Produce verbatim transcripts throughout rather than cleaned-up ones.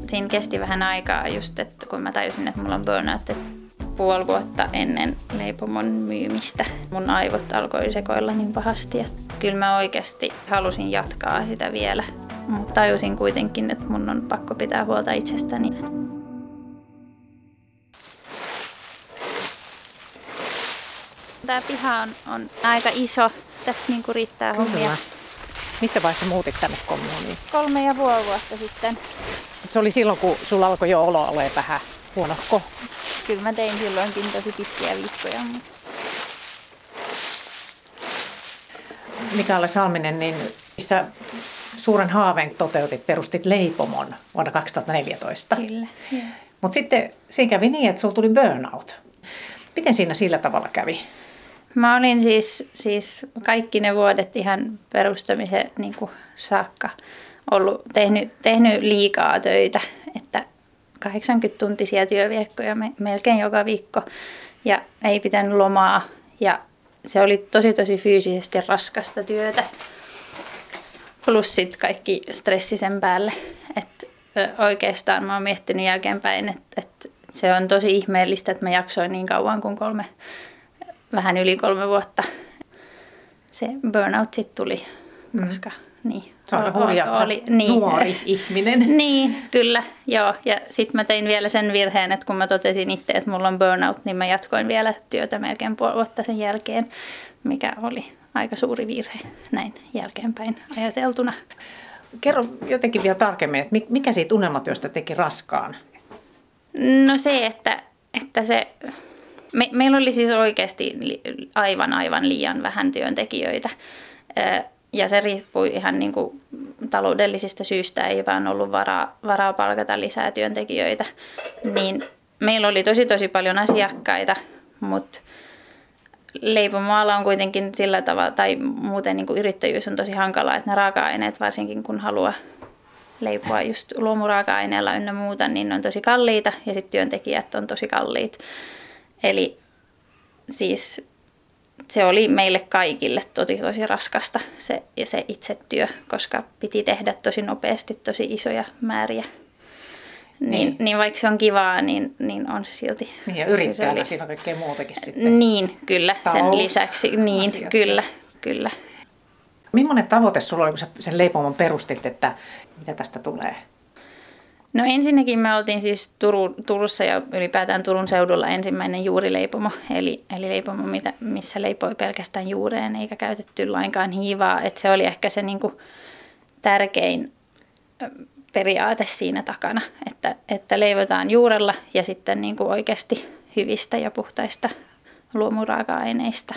siinä kesti vähän aikaa just, että kun mä tajusin, että mulla on burnout, että puoli vuotta ennen leipomon myymistä mun aivot alkoi sekoilla niin pahasti, että kyllä mä oikeasti halusin jatkaa sitä vielä, mutta tajusin kuitenkin, että mun on pakko pitää huolta itsestäni. Tämä piha on, on aika iso, tässä niinku riittää Kyllä. hommia. Missä vaiheessa muutit tänne kommuuniin? Kolme ja puoli vuotta sitten. Se oli silloin, kun sulla alkoi jo olo olemaan vähän huonohko. Kyllä mä tein silloinkin tosi pitkiä viikkoja. Mutta... Mikaela Salminen, niin missä suuren haaveen toteutit, perustit leipomon vuonna kaksituhattaneljätoista. Kyllä. Mutta sitten siinä kävi niin, että sulla tuli burnout. Miten siinä sillä tavalla kävi? Mä olin siis, siis kaikki ne vuodet ihan perustamisen niin kuin saakka ollut, tehnyt, tehnyt liikaa töitä, että kahdeksankymmentä tuntisia työviikkoja me, melkein joka viikko ja ei pitänyt lomaa ja se oli tosi tosi fyysisesti raskasta työtä. Plus sitten kaikki stressi sen päälle, että oikeastaan mä oon miettinyt jälkeenpäin, että, että se on tosi ihmeellistä, että mä jaksoin niin kauan kuin kolme, vähän yli kolme vuotta. Se burnout sitten tuli, koska mm. niin. Se on hurja, oli, niin. Nuori ihminen. Niin, kyllä, joo. Ja sitten mä tein vielä sen virheen, että kun mä totesin itse, että mulla on burnout, niin mä jatkoin vielä työtä melkein puoli vuotta sen jälkeen, mikä oli aika suuri virhe näin jälkeenpäin ajateltuna. Kerro jotenkin vielä tarkemmin, että mikä siitä unelmatyöstä teki raskaan? No se, että, että se... Me, meillä oli siis oikeasti aivan, aivan liian vähän työntekijöitä. Ja se riippui ihan niin kuin taloudellisista syistä, ei vaan ollut varaa, varaa palkata lisää työntekijöitä. Niin meillä oli tosi tosi paljon asiakkaita, mutta leipomoala on kuitenkin sillä tavalla, tai muuten niin kuin yrittäjyys on tosi hankalaa, että ne raaka-aineet, varsinkin kun haluaa leipoa just luomuraaka-aineella ynnä muuta, niin ne on tosi kalliita ja sitten työntekijät on tosi kalliit. Eli siis se oli meille kaikille tosi tosi raskasta se, ja se itse työ, koska piti tehdä tosi nopeasti tosi isoja määriä. Niin, niin, niin vaikka se on kivaa, niin, niin on se silti. Niin ja yrittäjänä siinä on kaikkea muutakin sitten. Niin, kyllä. Talous, sen lisäksi. Niin, asiat. kyllä, kyllä. Millainen tavoite sulla oli, kun sä sen leipomon perustit, että mitä tästä tulee? No ensinnäkin me oltiin siis Turu, Turussa ja ylipäätään Turun seudulla ensimmäinen juurileipomo, eli, eli leipomo, mitä, missä leipoi pelkästään juureen eikä käytetty lainkaan hiivaa. Et se oli ehkä se niinku tärkein periaate siinä takana, että, että leivotaan juurella ja sitten niinku oikeasti hyvistä ja puhtaista luomuraaka-aineista.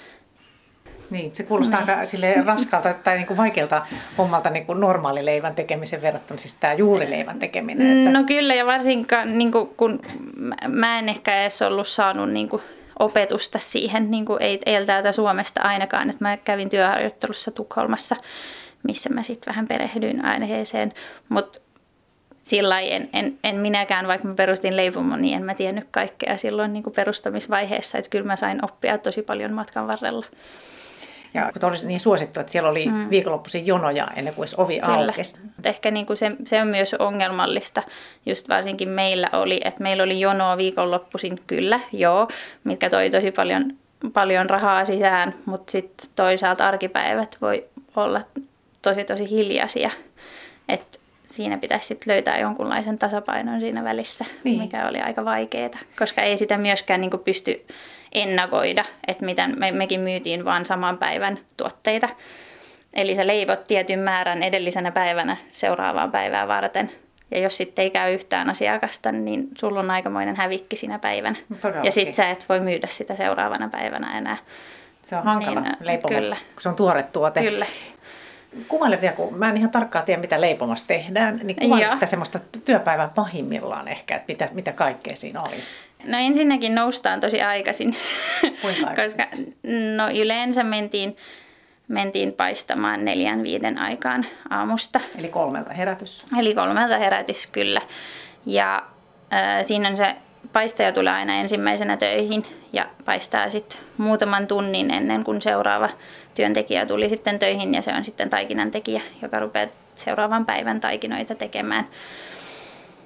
Niin, se kuulostaa aika silleen raskalta tai niin kuin vaikealta hommalta niin kuin normaalileivän tekemisen verrattuna, siis tämä juurileivän tekeminen. Että... No kyllä, ja varsinkaan niin kuin, kun mä en ehkä edes ollut saanut niin kuin opetusta siihen, niin kuin ei, ei täältä Suomesta ainakaan, että mä kävin työharjoittelussa Tukholmassa, missä mä sitten vähän perehdyin aiheeseen, mutta sillä en, en, en minäkään, vaikka mä perustin leipomon, niin en mä tiennyt kaikkea silloin niin kuin perustamisvaiheessa, että kyllä mä sain oppia tosi paljon matkan varrella. Ja kun olisi niin suosittu, että siellä oli mm. viikonloppuisin jonoja ennen kuin ovi aukesi. Ehkä niin kuin se, se on myös ongelmallista, just varsinkin meillä oli, että meillä oli jonoa viikonloppuisin kyllä, joo, mitkä toi tosi paljon, paljon rahaa sisään, mutta sitten toisaalta arkipäivät voi olla tosi tosi hiljaisia, että siinä pitäisi sitten löytää jonkunlaisen tasapainon siinä välissä, niin. Mikä oli aika vaikeaa, koska ei sitä myöskään niin kuin pysty ennakoida, että miten me, mekin myytiin vaan saman päivän tuotteita. Eli sä leivot tietyn määrän edellisenä päivänä seuraavaan päivään varten. Ja jos sitten ei käy yhtään asiakasta, niin sulla on aikamoinen hävikki siinä päivänä. Todellakin. Ja sitten sä et voi myydä sitä seuraavana päivänä enää. Se on hankala niin, leipomo, kyllä. kun se on tuore tuote. Kyllä. Kuvaile vielä, kun mä en ihan tarkkaan tiedä, mitä leipomassa tehdään, niin kuvaile sitä semmoista työpäivää pahimmillaan ehkä, että mitä, mitä kaikkea siinä oli. No ensinnäkin noustaan tosi aikaisin, Kuinka aikaisin? Koska no yleensä mentiin, mentiin paistamaan neljän viiden aikaan aamusta. Eli kolmelta herätys. Eli kolmelta herätys, kyllä. Ja äh, siinä on se paistaja tulee aina ensimmäisenä töihin ja paistaa sitten muutaman tunnin ennen kuin seuraava työntekijä tuli sitten töihin. Ja se on sitten taikinan tekijä, joka rupeaa seuraavan päivän taikinoita tekemään.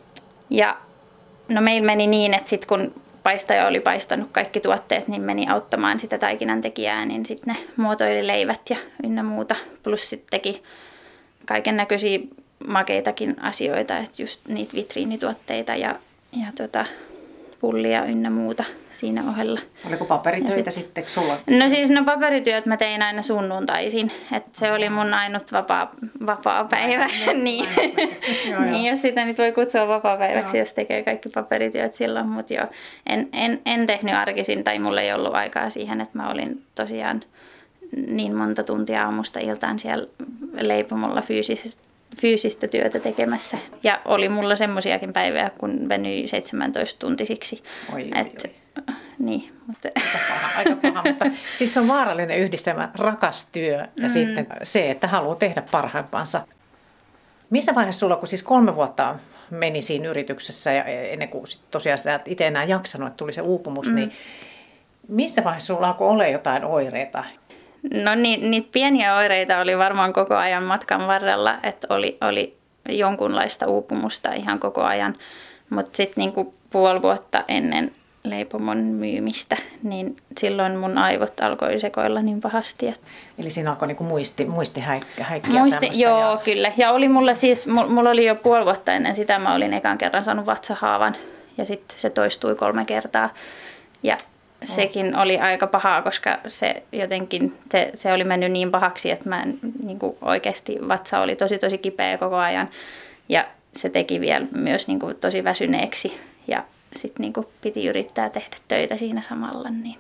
Ja no meillä meni niin, että sitten kun paistaja oli paistanut kaikki tuotteet, niin meni auttamaan sitä taikinan tekijää, niin sitten ne muotoili leivät ja ynnä muuta. Plus sitten teki kaiken näköisiä makeitakin asioita, että just niitä vitriinituotteita ja, ja tota, pullia ynnä muuta siinä ohella. Oliko paperitöitä sit, sitten sulla? No siis no paperityöt mä tein aina sunnuntaisin, että se oli mun ainut vapaa, vapaa päivä. niin, niin jos sitä nyt voi kutsua vapaa-päiväksi, jos tekee kaikki paperityöt silloin, mutta joo, en, en, en tehnyt arkisin tai mulla ei ollut aikaa siihen, että mä olin tosiaan niin monta tuntia aamusta iltaan siellä leipomolla fyysisesti. fyysistä työtä tekemässä. Ja oli mulla semmoisiakin päiviä, kun venyi seitsemäntoista tuntisiksi. Oi, oi, Et, oi. Niin, mutta... Aika paha, aika paha, mutta siis se on vaarallinen yhdistelmä, rakas työ ja mm. sitten se, että haluaa tehdä parhaimpansa. Missä vaiheessa sulla, kun siis kolme vuotta meni siinä yrityksessä ja ennen kuin tosiaan sä et itse enää jaksanut, että tuli se uupumus, mm. niin missä vaiheessa sulla alkoi olla jotain oireita? No niin, niitä pieniä oireita oli varmaan koko ajan matkan varrella, että oli, oli jonkunlaista uupumusta ihan koko ajan. Mutta sitten niinku puoli vuotta ennen leipomon myymistä, niin silloin mun aivot alkoi sekoilla niin pahasti. Että... Eli siinä alkoi niinku muisti, muistihäikkiä Muisti, joo, ja... kyllä. Ja oli mulla siis, mulla oli jo puoli vuotta ennen sitä, mä olin ekan kerran saanut vatsahaavan ja sitten se toistui kolme kertaa. Ja sekin oli aika pahaa, koska se jotenkin, se, se oli mennyt niin pahaksi, että mä en, niin kuin oikeasti vatsa oli tosi tosi kipeä koko ajan. Ja se teki vielä myös niin kuin tosi väsyneeksi ja sitten niin kuin piti yrittää tehdä töitä siinä samalla. Niin.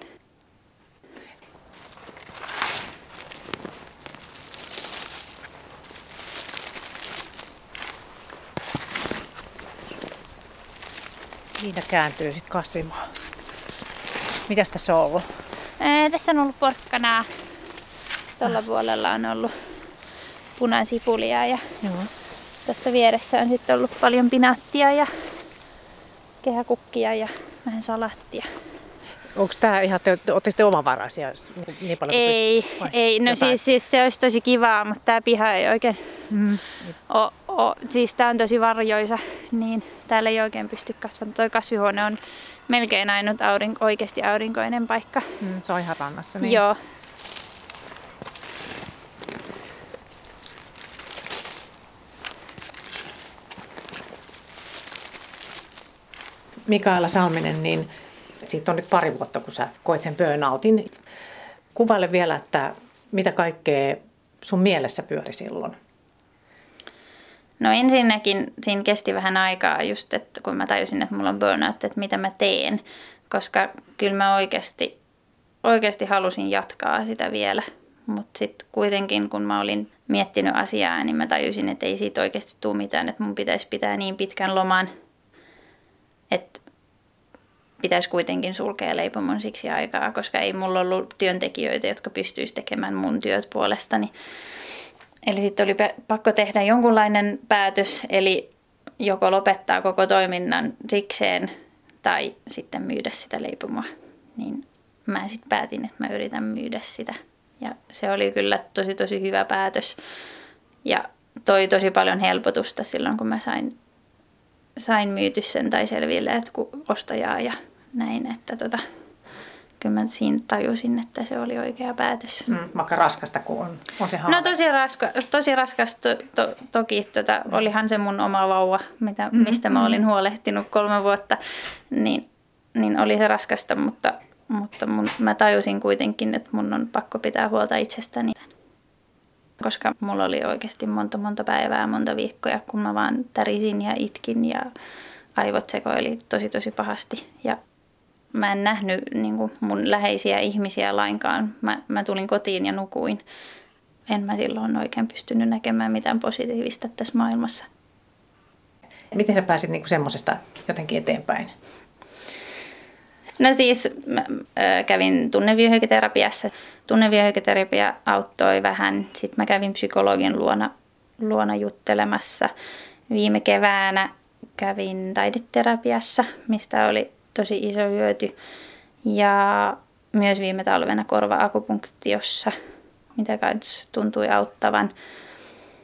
Siinä kääntyy sitten kasvimaa. Mitäs tässä on ollut? Ää, tässä on ollut porkkanaa. Tuolla ah. puolella on ollut punasipulia ja joo. Tässä vieressä on sitten ollut paljon pinaattia ja kehäkukkia ja vähän salattia. Onko tämä ihan, te olette sitten omavaraisia? Niin paljon ei, ei. No siis, siis se olisi tosi kivaa, mutta tämä piha ei oikein mm. o, o, siis tämä on tosi varjoisa, niin täällä ei oikein pysty kasvamaan. Tuo kasvihuone on melkein ainut aurinko, oikeasti aurinkoinen paikka. Mm, se on ihan rannassa. Niin. Joo. Mikaela Salminen, niin siitä on nyt pari vuotta, kun sä koit sen burnoutin. Kuvaile vielä, että mitä kaikkea sun mielessä pyöri silloin? No ensinnäkin siinä kesti vähän aikaa just, että kun mä tajusin, että mulla on burnout, että mitä mä teen. Koska kyllä mä oikeasti, oikeasti halusin jatkaa sitä vielä. Mutta sitten kuitenkin, kun mä olin miettinyt asiaa, niin mä tajusin, että ei siitä oikeasti tule mitään. Että mun pitäisi pitää niin pitkän loman, että pitäisi kuitenkin sulkea leipomon siksi aikaa, koska ei mulla ollut työntekijöitä, jotka pystyisi tekemään mun työt puolestani. Eli sitten oli pakko tehdä jonkunlainen päätös, eli joko lopettaa koko toiminnan sikseen tai sitten myydä sitä leipomoa. Niin mä sitten päätin, että mä yritän myydä sitä. Ja se oli kyllä tosi tosi hyvä päätös ja toi tosi paljon helpotusta silloin, kun mä sain, sain myyty sen tai selville, että kun ostajaa ja näin, että tota, kyllä mä siinä tajusin, että se oli oikea päätös. Mm, vaikka raskasta kun on, on se haave. No tosi, raska, tosi raskas to, to, toki, tota, mm. olihan se mun oma vauva, mitä, mm, mistä mä olin huolehtinut kolme vuotta, niin, niin oli se raskasta, mutta, mutta mun, mä tajusin kuitenkin, että mun on pakko pitää huolta itsestäni. Koska mulla oli oikeasti monta monta päivää, monta viikkoja, kun mä vaan tärisin ja itkin ja aivot sekoili tosi tosi pahasti. Ja mä en nähnyt niin kuin mun läheisiä ihmisiä lainkaan. Mä, mä tulin kotiin ja nukuin. En mä silloin oikein pystynyt näkemään mitään positiivista tässä maailmassa. Miten sä pääsit niin kuin semmoisesta jotenkin eteenpäin? No siis mä kävin tunnevyöhyketerapiassa. Tunnevyöhyketerapia auttoi vähän. Sitten mä kävin psykologin luona, luona juttelemassa. Viime keväänä kävin taideterapiassa, mistä oli tosi iso hyöty. Ja myös viime talvena korva-akupunktiossa, mitä kanssa tuntui auttavan.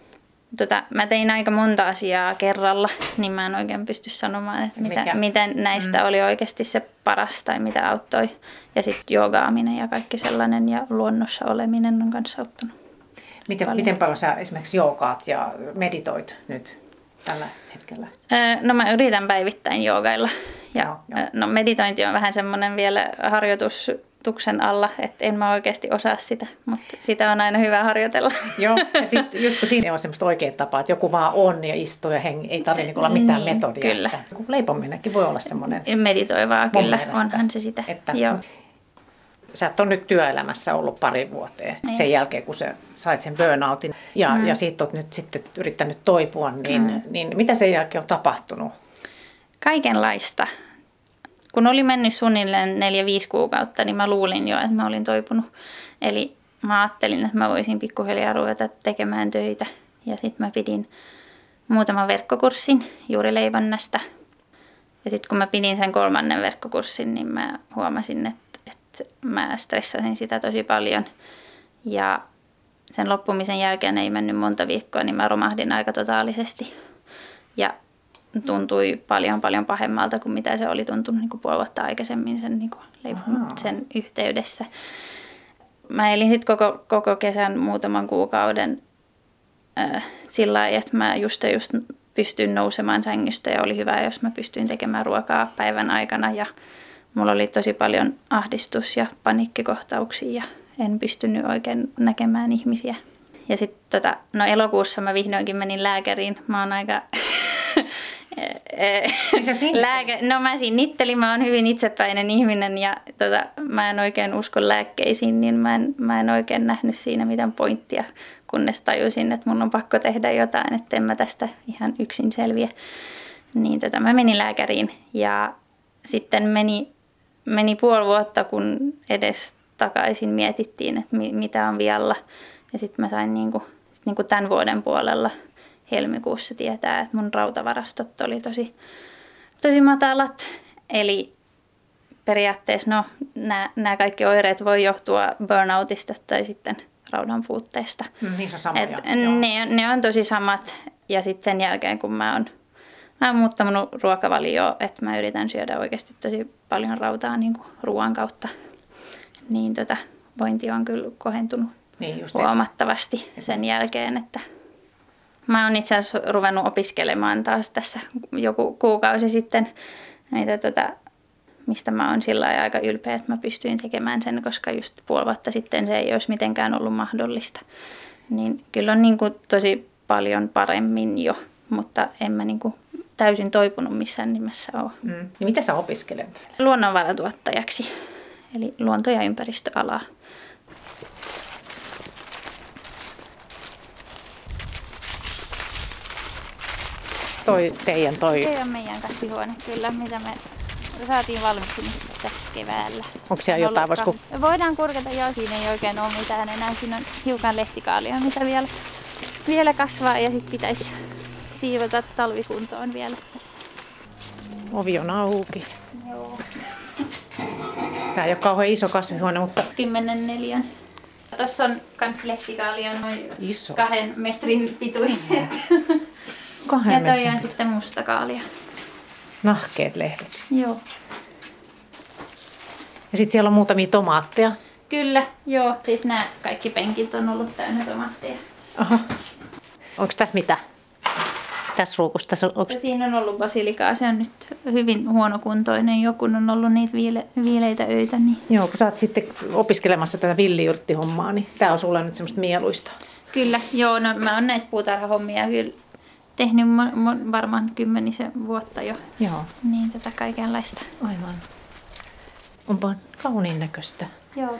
tota, mä tein aika monta asiaa kerralla, niin mä en oikein pysty sanomaan, että mitä, miten näistä mm. oli oikeasti se paras tai mitä auttoi. Ja sitten joogaaminen ja kaikki sellainen ja luonnossa oleminen on kanssa auttanut. Miten paljon. miten paljon sä esimerkiksi joogaat ja meditoit nyt tällä hetkellä? No mä yritän päivittäin joogailla. Ja joo, joo. No meditointi on vähän semmoinen vielä harjoitustuksen alla, että en mä oikeasti osaa sitä, mutta sitä on aina hyvä harjoitella. Joo, ja sitten just kun siinä on semmoista oikea tapaa, että joku vaan on ja istuu ja hengi, ei tarvitse olla mitään niin, metodia. Kyllä. Että leipominenkin voi olla semmoinen. Meditoivaa kyllä, mielestä, onhan se sitä. Että, joo. Sä et ole nyt työelämässä ollut pari vuoteen ei. Sen jälkeen, kun sä sait sen burnoutin ja, mm. ja siitä oot nyt sitten yrittänyt toipua, niin, mm. niin mitä sen jälkeen on tapahtunut? Kaikenlaista. Kun oli mennyt suunnilleen neljä viisi kuukautta, niin mä luulin jo, että mä olin toipunut. Eli mä ajattelin, että mä voisin pikkuhiljaa ruveta tekemään töitä. Ja sitten mä pidin muutaman verkkokurssin juuri leivonnasta. Ja sitten kun mä pidin sen kolmannen verkkokurssin, niin mä huomasin, että, että mä stressasin sitä tosi paljon. Ja sen loppumisen jälkeen ei mennyt monta viikkoa, niin mä romahdin aika totaalisesti. Ja tuntui paljon paljon pahemmalta kuin mitä se oli tuntunut niin kuin puoli vuotta aikaisemmin sen, niin kuin sen yhteydessä. Mä elin sitten koko, koko kesän muutaman kuukauden äh, sillä lailla, että mä just ja just pystyin nousemaan sängystä ja oli hyvä, jos mä pystyin tekemään ruokaa päivän aikana. Ja mulla oli tosi paljon ahdistus- ja paniikkikohtauksia ja en pystynyt oikein näkemään ihmisiä. Ja sitten tota, no elokuussa mä vihdoinkin menin lääkäriin. Mä oon aika... Lääke... No mä sinnittelin, mä oon hyvin itsepäinen ihminen ja tota, mä en oikein usko lääkkeisiin, niin mä en, mä en oikein nähnyt siinä mitään pointtia, kunnes tajusin, että mun on pakko tehdä jotain, että en mä tästä ihan yksin selviä. Niin tota, mä menin lääkäriin ja sitten meni, meni puoli vuotta, kun edes takaisin mietittiin, että mi, mitä on vialla. Ja sitten mä sain niinku, niinku tämän vuoden puolella helmikuussa tietää, että mun rautavarastot oli tosi, tosi matalat. Eli periaatteessa no, nämä kaikki oireet voi johtua burnoutista tai sitten raudan puutteesta. Mm, niissä on samoja. Et ne, ne on tosi samat. Ja sitten sen jälkeen, kun mä oon, mä oon muuttanut ruokavalioon, että mä yritän syödä oikeasti tosi paljon rautaa niin kuin ruoan kautta, niin tota, vointi on kyllä kohentunut niin huomattavasti sen jälkeen, että mä oon itse asiassa ruvennut opiskelemaan taas tässä joku kuukausi sitten, näitä, tota, mistä mä oon sillä lailla aika ylpeä, että mä pystyin tekemään sen, koska just puoli vuotta sitten se ei olisi mitenkään ollut mahdollista. Niin kyllä on niin kuin tosi paljon paremmin jo, mutta en mä niin kuin täysin toipunut missään nimessä ole. Mm. Niin mitä sä opiskelet? Luonnonvaratuottajaksi, eli luonto- ja ympäristöalaa. Toi teidän toi... Se on meidän kasvihuone kyllä, mitä me saatiin valmiiksi tässä keväällä. Onko siellä jotain? Voisiko... Voidaan kurkata, joo, siinä ei oikein ole mitään enää. Siinä on hiukan lehtikaalia, mitä vielä, vielä kasvaa ja sitten pitäisi siivota talvikuntoon vielä tässä. Ovi on auki. Joo. Tää ei ole kauhean iso kasvihuone, mutta... Kymmenen neljän. Tuossa on kans lehtikaalia noin iso. Kahden metrin pituiset. Kahden ja toi metrin. on sitten mustakaalia. Nahkeet lehdet. Joo. Ja sitten siellä on muutamia tomaatteja. Kyllä, joo. Siis nämä kaikki penkit on ollut täynnä tomaatteja. Aha. Onko tässä mitä? Tässä ruukussa? Tässä onks... Siinä on ollut basilikaa. Se on nyt hyvin huonokuntoinen jo, kun on ollut niitä viile- viileitä öitä. Niin... Joo, kun sä oot sitten opiskelemassa tätä villiyrttihommaa, niin tää on sulle nyt semmoista mieluista. Kyllä, joo. No, mä oon näitä puutarhahommia kyllä tehnyt mo- mo- varmaan kymmenisen vuotta jo. Joo. Niin tätä kaikenlaista. Aivan. Onpa kauniin näköistä. Joo.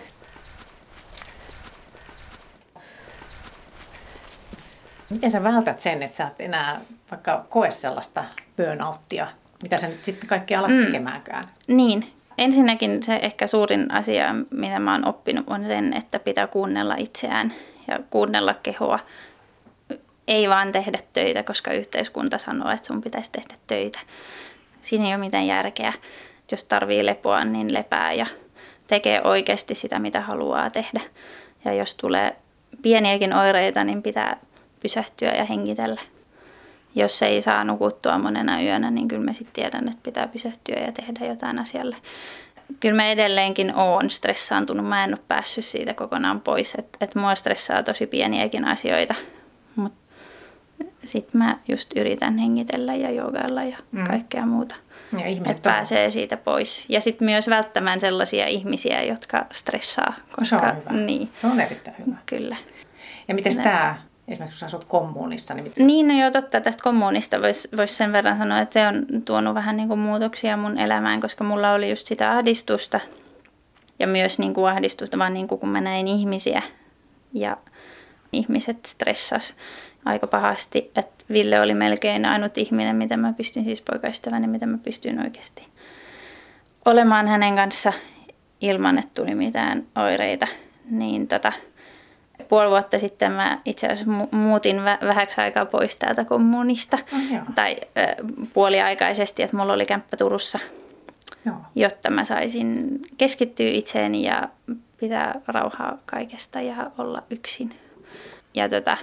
Miten sä vältät sen, että sä et enää vaikka koe sellaista burnouttia, mitä sä nyt sitten kaikki alat mm. tekemäänkään? Niin. Ensinnäkin se ehkä suurin asia, mitä mä oon oppinut, on sen, että pitää kuunnella itseään ja kuunnella kehoa. Ei vaan tehdä töitä, koska yhteiskunta sanoo, että sun pitäisi tehdä töitä. Siinä ei ole mitään järkeä. Jos tarvii lepoa, niin lepää ja tekee oikeasti sitä, mitä haluaa tehdä. Ja jos tulee pieniäkin oireita, niin pitää pysähtyä ja hengitellä. Jos ei saa nukuttua monena yönä, niin kyllä mä sitten tiedän, että pitää pysähtyä ja tehdä jotain asialle. Kyllä mä edelleenkin oon stressaantunut. Mä en ole päässyt siitä kokonaan pois. Että et mua stressaa tosi pieniäkin asioita. Mutta sitten mä just yritän hengitellä ja joogailla ja mm. kaikkea muuta. Että pääsee siitä pois. Ja sitten myös välttämään sellaisia ihmisiä, jotka stressaa. Koska, se on hyvä. Niin, se on erittäin hyvä. Kyllä. Ja miten tämä, esimerkiksi kun sä asut kommunissa? Niin, mit... niin no joo, totta. Tästä kommunista voisi vois sen verran sanoa, että se on tuonut vähän niin kuin muutoksia mun elämään, koska mulla oli just sitä ahdistusta. Ja myös niin kuin ahdistusta, vaan niin kuin kun mä näin ihmisiä ja ihmiset stressas aika pahasti, että Ville oli melkein ainut ihminen, mitä mä pystyn, siis poikaystäväni, mitä mä pystyn oikeasti olemaan hänen kanssa ilman, että tuli mitään oireita. Niin tota, puoli vuotta sitten mä itse asiassa mu- muutin vä- vähäksi aikaa pois täältä kommunista. Oh, tai äh, puoliaikaisesti, että mulla oli kämppä Turussa, joo. jotta mä saisin keskittyä itseeni ja pitää rauhaa kaikesta ja olla yksin. Ja tota,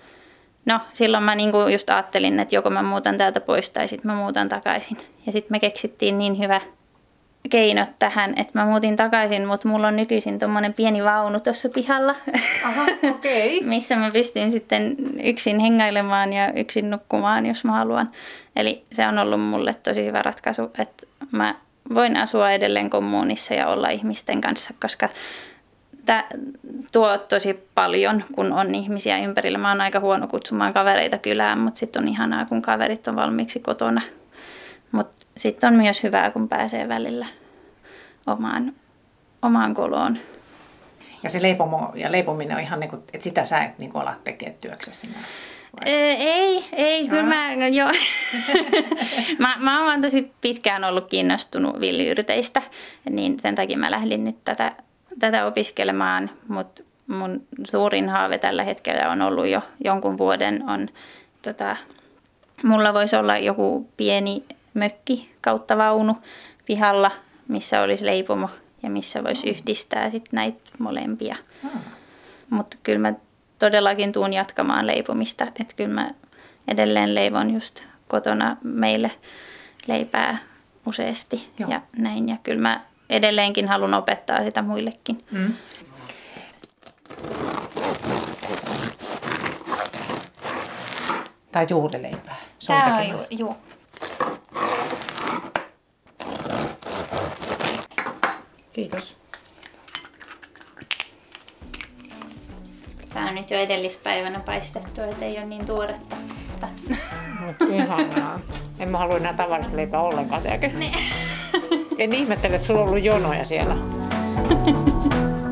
no silloin mä niinku just ajattelin, että joko mä muutan täältä pois tai sitten mä muutan takaisin. Ja sitten me keksittiin niin hyvä keinot tähän, että mä muutin takaisin, mutta mulla on nykyisin tommonen pieni vaunu tuossa pihalla, aha, okay. missä mä pystyn sitten yksin hengailemaan ja yksin nukkumaan, jos mä haluan. Eli se on ollut mulle tosi hyvä ratkaisu, että mä voin asua edelleen kommunissa ja olla ihmisten kanssa, koska tämä tuo tosi paljon, kun on ihmisiä ympärillä. Mä oon aika huono kutsumaan kavereita kylään, mutta sitten on ihanaa, kun kaverit on valmiiksi kotona. Mutta sitten on myös hyvää, kun pääsee välillä omaan, omaan koloon. Ja se leipomo ja leipominen on ihan niin kuin, että sitä sä et niin kuin ala tekemään työksesi? Ei, ei, kyllä mä, joo. mä, mä oon vaan tosi pitkään ollut kiinnostunut villiyrteistä, niin sen takia mä lähdin nyt tätä, tätä opiskelemaan, mutta mun suurin haave tällä hetkellä on ollut jo jonkun vuoden, on, tota, mulla voisi olla joku pieni mökki kautta vaunu pihalla, missä olisi leipomo ja missä voisi yhdistää sit näitä molempia. Hmm. Mutta kyllä mä todellakin tuun jatkamaan leipomista. Että kyllä mä edelleen leivon just kotona meille leipää useasti. Joo. Ja näin. Ja kyllä mä edelleenkin haluan opettaa sitä muillekin. Hmm. Tämä on juureleipää. Tämä on ju- juu. Kiitos. Tämä on nyt jo edellispäivänä paistettu, ettei ole niin tuoretta. Mut ihanaa. En mä halua enää tavallista leipää ollenkaan. En ihmettele, että sulla on ollut jonoja siellä.